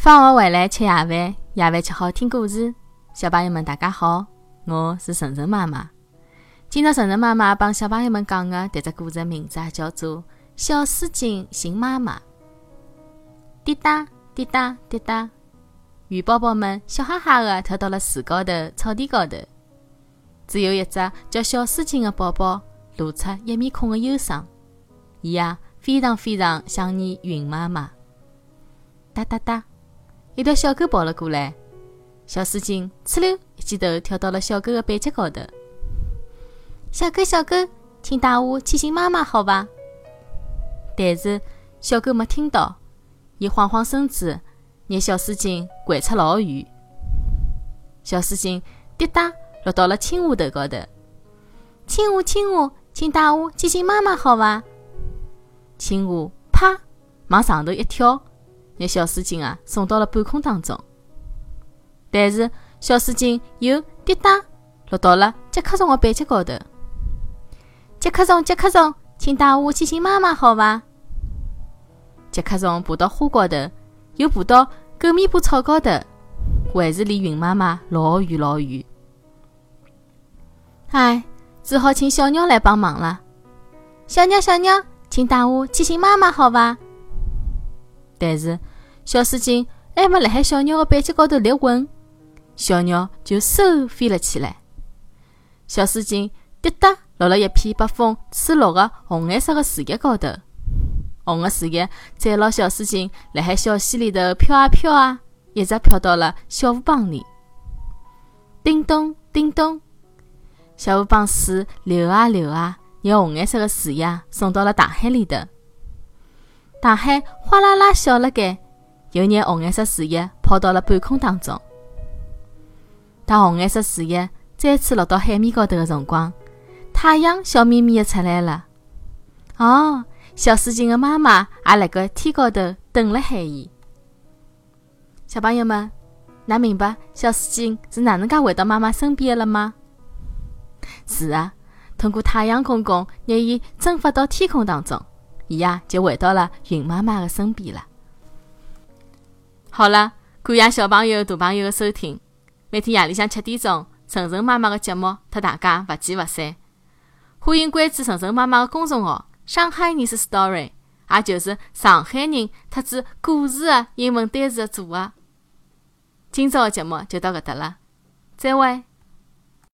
放学回来吃夜饭，夜饭吃好听故事。小朋友们大家好，我是晨晨妈妈。今朝晨晨妈妈帮小朋友们讲的这只故事的名字叫做《小水晶寻妈妈》。滴答滴答滴答，鱼宝宝们笑哈哈的跳到了树高头、草地高头。只有一只叫小水晶的宝宝露出一面孔的忧伤，伊非常非常想念云妈妈。哒哒哒，一条小狗跑了过来，小水晶哧溜一记头跳到了小狗的背脊高头。小狗小狗，请带我去寻妈妈好吧？但是小狗没听到，伊晃晃身子，拿小水晶掼出老远。小水晶滴答落到了青蛙头高头。青蛙青蛙，请带我去寻妈妈好吧？青蛙啪往上头一跳，拿小水晶送到了半空当中。但是小水晶又滴答落到了杰克虫的背脊高头。杰克虫杰克虫，请带我去寻妈妈好吧？杰克虫爬到花高头，又爬到狗尾巴草高头，还是离云妈妈老远老远。唉，只好请小鸟来帮忙了。小鸟小鸟，请带我去寻妈妈好吧？但是小水晶还没辣海小鸟的背脊高头立稳，小鸟就嗖飞了起来。小水晶滴答落了一片被风吹落的红颜色的树叶高头，红的树叶载牢小水晶辣海小溪里头飘啊飘啊，一直飘到了小河浜里。叮咚叮咚，小河浜水流啊流啊，让红颜色的树叶送到了大海里头。大海哗啦啦小了该，又让红颜色树叶抛到了半空当中。当红颜色树叶再次落到海面高头的辰光，太阳笑眯眯的出来了。哦，小水晶的妈妈也辣盖天高头等了海伊。小朋友们，㑚明白小水晶是哪能介回到妈妈身边的了吗？是啊，通过太阳公公让伊蒸发到天空当中，伊就回到了云妈妈的身边了。好了，感谢小朋友大朋友的收听。每天夜里向7点钟，晨晨妈妈的节目和大家不见不散。欢迎关注晨晨妈妈的公众号上海人是 Story， 也就是上海人特指故事的英文单词的组合。今朝的节目就到搿搭了，再会。